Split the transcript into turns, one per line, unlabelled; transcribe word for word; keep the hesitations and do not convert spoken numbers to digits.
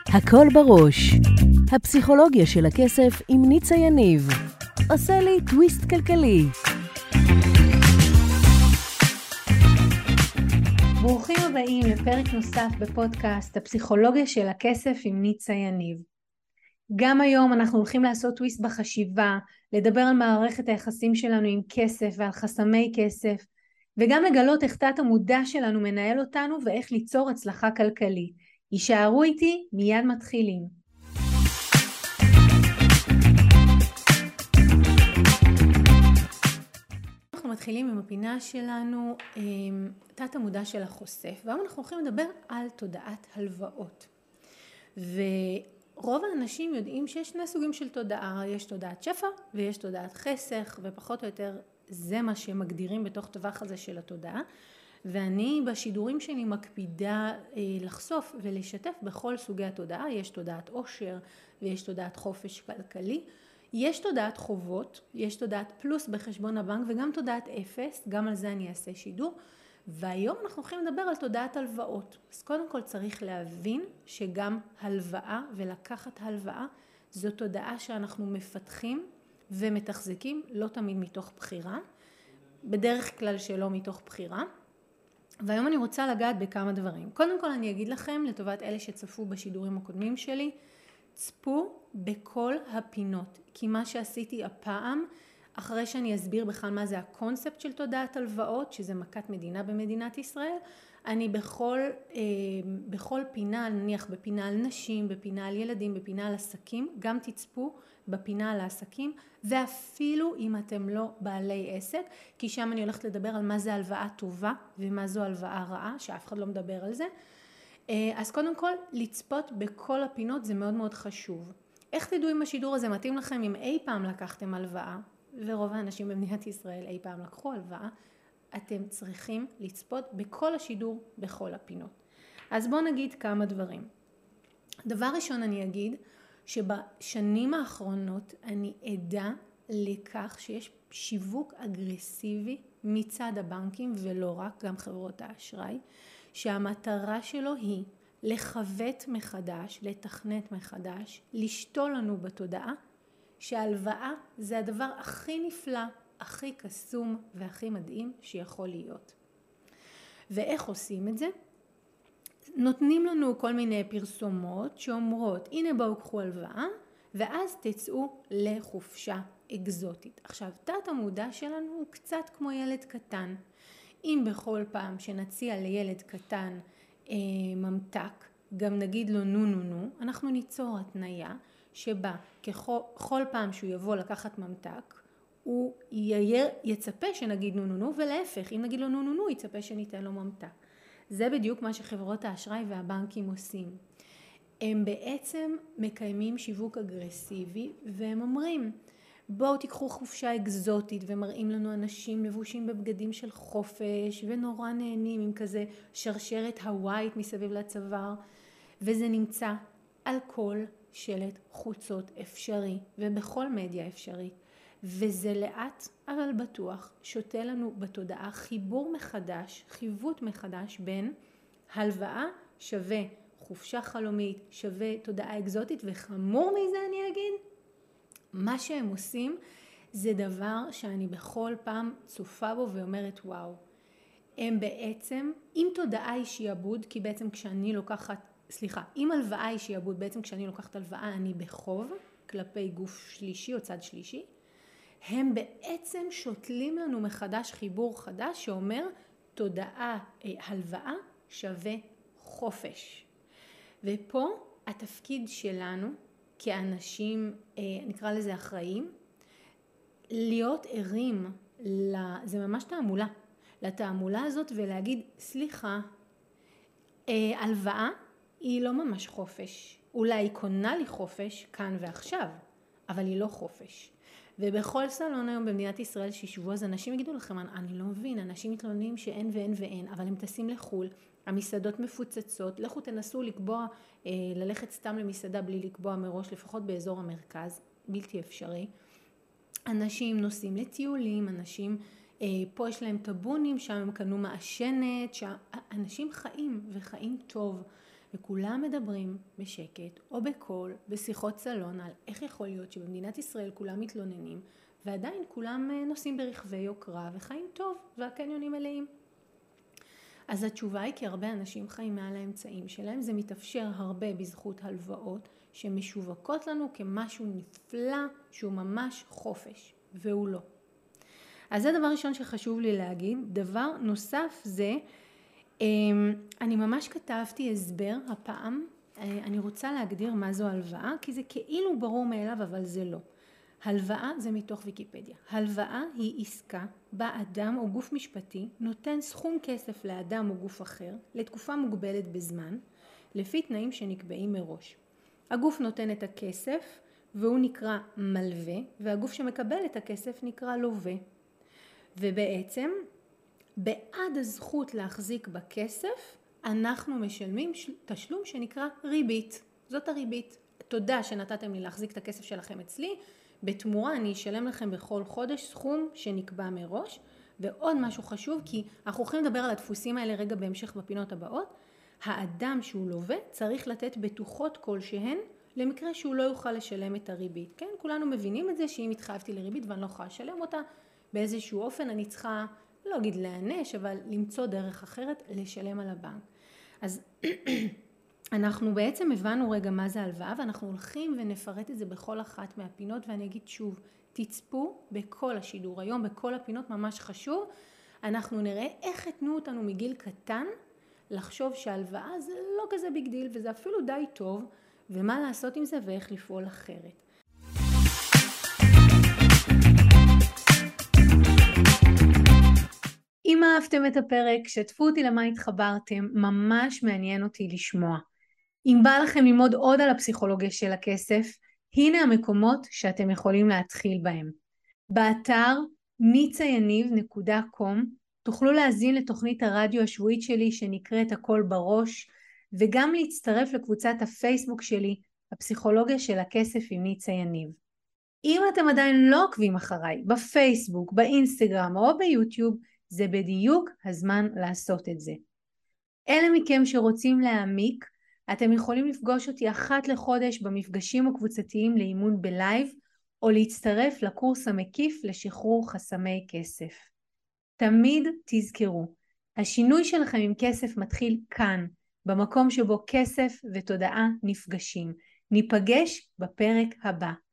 הכל בראש. הפסיכולוגיה של הכסף עם ניצה יניב. עושה לי טוויסט כלכלי.
ברוכים הבאים לפרק נוסף בפודקאסט הפסיכולוגיה של הכסף עם ניצה יניב. גם היום אנחנו הולכים לעשות טוויסט בחשיבה, לדבר על מערכת היחסים שלנו עם כסף ועל חסמי כסף, וגם לגלות איך תת המודע שלנו מנהל אותנו ואיך ליצור הצלחה כלכלית. יישארו איתי, מיד מתחילים. אנחנו מתחילים עם הפינה שלנו, תת המודע של החושף, והיום אנחנו הולכים לדבר על תודעת הלוואות. ורוב האנשים יודעים שיש שני סוגים של תודעה, יש תודעת שפע ויש תודעת חסך, ופחות או יותר זה מה שמגדירים בתוך טווח הזה של התודעה. ואני בשידורים שלי מקפידה אה, לחשוף ולשתף בכל סוגי התודעה. יש תודעת עושר ויש תודעת חופש כלכלי, יש תודעת חובות, יש תודעת פלוס בחשבון הבנק וגם תודעת אפס, גם על זה אני אעשה שידור. והיום אנחנו הולכים לדבר על תודעת הלוואות. אז קודם כל צריך להבין שגם הלוואה ולקחת הלוואה זו תודעה שאנחנו מפתחים ומתחזקים, לא תמיד מתוך בחירה, בדרך כלל שלא מתוך בחירה. והיום אני רוצה לגעת בכמה דברים. קודם כל אני אגיד לכם, לטובת אלה שצפו בשידורים הקודמים שלי, צפו בכל הפינות. כי מה שעשיתי הפעם, אחרי שאני אסביר בכלל מה זה הקונספט של תודעת הלוואות, שזה מכת מדינה במדינת ישראל, אני בכל, אה, בכל פינה, נניח בפינה על נשים, בפינה על ילדים, בפינה על עסקים, גם תצפו בפינה על העסקים, ואפילו אם אתם לא בעלי עסק, כי שם אני הולכת לדבר על מה זה הלוואה טובה ומה זו הלוואה רעה, שאף אחד לא מדבר על זה. אז קודם כל, לצפות בכל הפינות זה מאוד מאוד חשוב. איך תדעו אם השידור הזה מתאים לכם אם אי פעם לקחתם הלוואה, ורוב האנשים במדינת ישראל אי פעם לקחו הלוואה, אתם צריכים לצפות בכל השידור, בכל הפינות. אז בואו נגיד כמה דברים. דבר ראשון אני אגיד, שבשנים האחרונות אני עדה לכך שיש שיווק אגרסיבי מצד הבנקים ולא רק, גם חברות האשראי, שהמטרה שלו היא לחוות מחדש, לתכנת מחדש, לשתול לנו בתודעה שההלוואה זה הדבר הכי נפלא, הכי קסום והכי מדהים שיכול להיות. ואיך עושים את זה? נותנים לנו כל מיני פרסומות שאומרות, הנה בואו קחו הלוואה, ואז תצאו לחופשה אקזוטית. עכשיו, תת המודע שלנו הוא קצת כמו ילד קטן. אם בכל פעם שנציע לילד קטן אה, ממתק, גם נגיד לו נו נו נו, אנחנו ניצור התניה שבה ככל פעם שהוא יבוא לקחת ממתק, הוא יר, יצפה שנגיד נו נו נו, ולהפך, אם נגיד לו נו נו נו, יצפה שניתן לו ממתק. זה בדיוק מה שחברות האשראי והבנקים עושים. הם בעצם מקיימים שיווק אגרסיבי, והם אומרים, בואו תיקחו חופשה אקזוטית, ומראים לנו אנשים לבושים בבגדים של חופש, ונורא נהנים עם כזה שרשרת הווייט מסביב לצוואר, וזה נמצא על כל שלט חוצות אפשרי, ובכל מדיה אפשרית. וזה לאט אבל בטוח שותה לנו בתודעה חיבור מחדש, חיווט מחדש בין הלוואה שווה חופשה חלומית, שווה תודעה אקזוטית, וחמור מזה אני אגיד, מה שהם עושים זה דבר שאני בכל פעם צופה בו ואומרת וואו. הם בעצם, אם תודעה היא שיעבוד, כי בעצם כשאני לוקחת, סליחה, אם הלוואה היא שיעבוד, בעצם כשאני לוקחת הלוואה אני בחוב כלפי גוף שלישי או צד שלישי, הם בעצם שותלים לנו מחדש חיבור חדש שאומר תודעה, הלוואה שווה חופש. ופה התפקיד שלנו כאנשים, נקרא לזה אחראים, להיות ערים, זה ממש תעמולה, לתעמולה הזאת ולהגיד סליחה, הלוואה היא לא ממש חופש, אולי היא קונה לי חופש כאן ועכשיו, אבל היא לא חופש. ובכל סלון היום במדינת ישראל שישבו, אז אנשים יגידו לכם, אני לא מבין, אנשים מתלוננים שאין ואין ואין, אבל הם טסים לחול, המסעדות מפוצצות, לכו תנסו לקבוע, ללכת סתם למסעדה בלי לקבוע מראש, לפחות באזור המרכז, בלתי אפשרי. אנשים נוסעים לטיולים, אנשים, פה יש להם טבונים, שם הם קנו מעשנת, אנשים חיים וחיים טוב, וכולם מדברים בשקט או בקול, בשיחות סלון, על איך יכול להיות שבמדינת ישראל כולם מתלוננים, ועדיין כולם נוסעים ברכבי יוקרה וחיים טוב, והקניונים מלאים. אז התשובה היא כי הרבה אנשים חיים מעל האמצעים שלהם, זה מתאפשר הרבה בזכות הלוואות שמשווקות לנו כמשהו נפלא שהוא ממש חופש, והוא לא. אז זה דבר ראשון שחשוב לי להגיד. דבר נוסף זה, אני ממש כתבתי הסבר הפעם, אני רוצה להגדיר מה זו הלוואה, כי זה כאילו ברור מאליו, אבל זה לא. הלוואה זה מתוך ויקיפדיה. הלוואה היא עסקה בה אדם או גוף משפטי נותן סכום כסף לאדם או גוף אחר לתקופה מוגבלת בזמן, לפי תנאים שנקבעים מראש. הגוף נותן את הכסף והוא נקרא מלווה, והגוף שמקבל את הכסף נקרא לווה. ובעצם בעד הזכות להחזיק בכסף אנחנו משלמים תשלום שנקרא ריבית. זאת הריבית. תודה שנתתם לי להחזיק את הכסף שלכם אצלי, בתמורה אני אשלם לכם בכל חודש סכום שנקבע מראש. ועוד משהו חשוב, כי אנחנו הולכים לדבר על הדפוסים האלה רגע בהמשך בפינות הבאות. האדם שהוא לווה צריך לתת בטוחות כלשהן למקרה שהוא לא יוכל לשלם את הריבית. כן, כולנו מבינים את זה שאם התחייבתי לריבית ואני לא יכולה לשלם אותה, באיזשהו אופן אני צריכה, לא אגיד להענש, אבל למצוא דרך אחרת לשלם על הבנק. אז אנחנו בעצם הבנו רגע מה זה הלוואה, ואנחנו הולכים ונפרט את זה בכל אחת מהפינות, ואני אגיד שוב, תצפו בכל השידור היום, בכל הפינות, ממש חשוב. אנחנו נראה איך התנו אותנו מגיל קטן לחשוב שהלוואה זה לא כזה ביג דיל, וזה אפילו די טוב, ומה לעשות עם זה ואיך לפעול אחרת. אם אהבתם את הפרק, שתפו אותי למה התחברתם, ממש מעניין אותי לשמוע. אם בא לכם ללמוד עוד על הפסיכולוגיה של הכסף, הנה המקומות שאתם יכולים להתחיל בהם. באתר ניצה יניב נקודה קום תוכלו להזין לתוכנית הרדיו השבועית שלי שנקראת הכל בראש, וגם להצטרף לקבוצת הפייסבוק שלי, הפסיכולוגיה של הכסף עם ניצה יניב. אם אתם עדיין לא עוקבים אחריי בפייסבוק, באינסטגרם או ביוטיוב, זה בדיוק הזמן לעשות את זה. אלה מכם שרוצים להעמיק, אתם יכולים לפגוש אותי אחת לחודש במפגשים הקבוצתיים לאימון בלייב, או להצטרף לקורס המקיף לשחרור חסמי כסף. תמיד תזכרו, השינוי שלכם עם כסף מתחיל כאן, במקום שבו כסף ותודעה נפגשים. ניפגש בפרק הבא.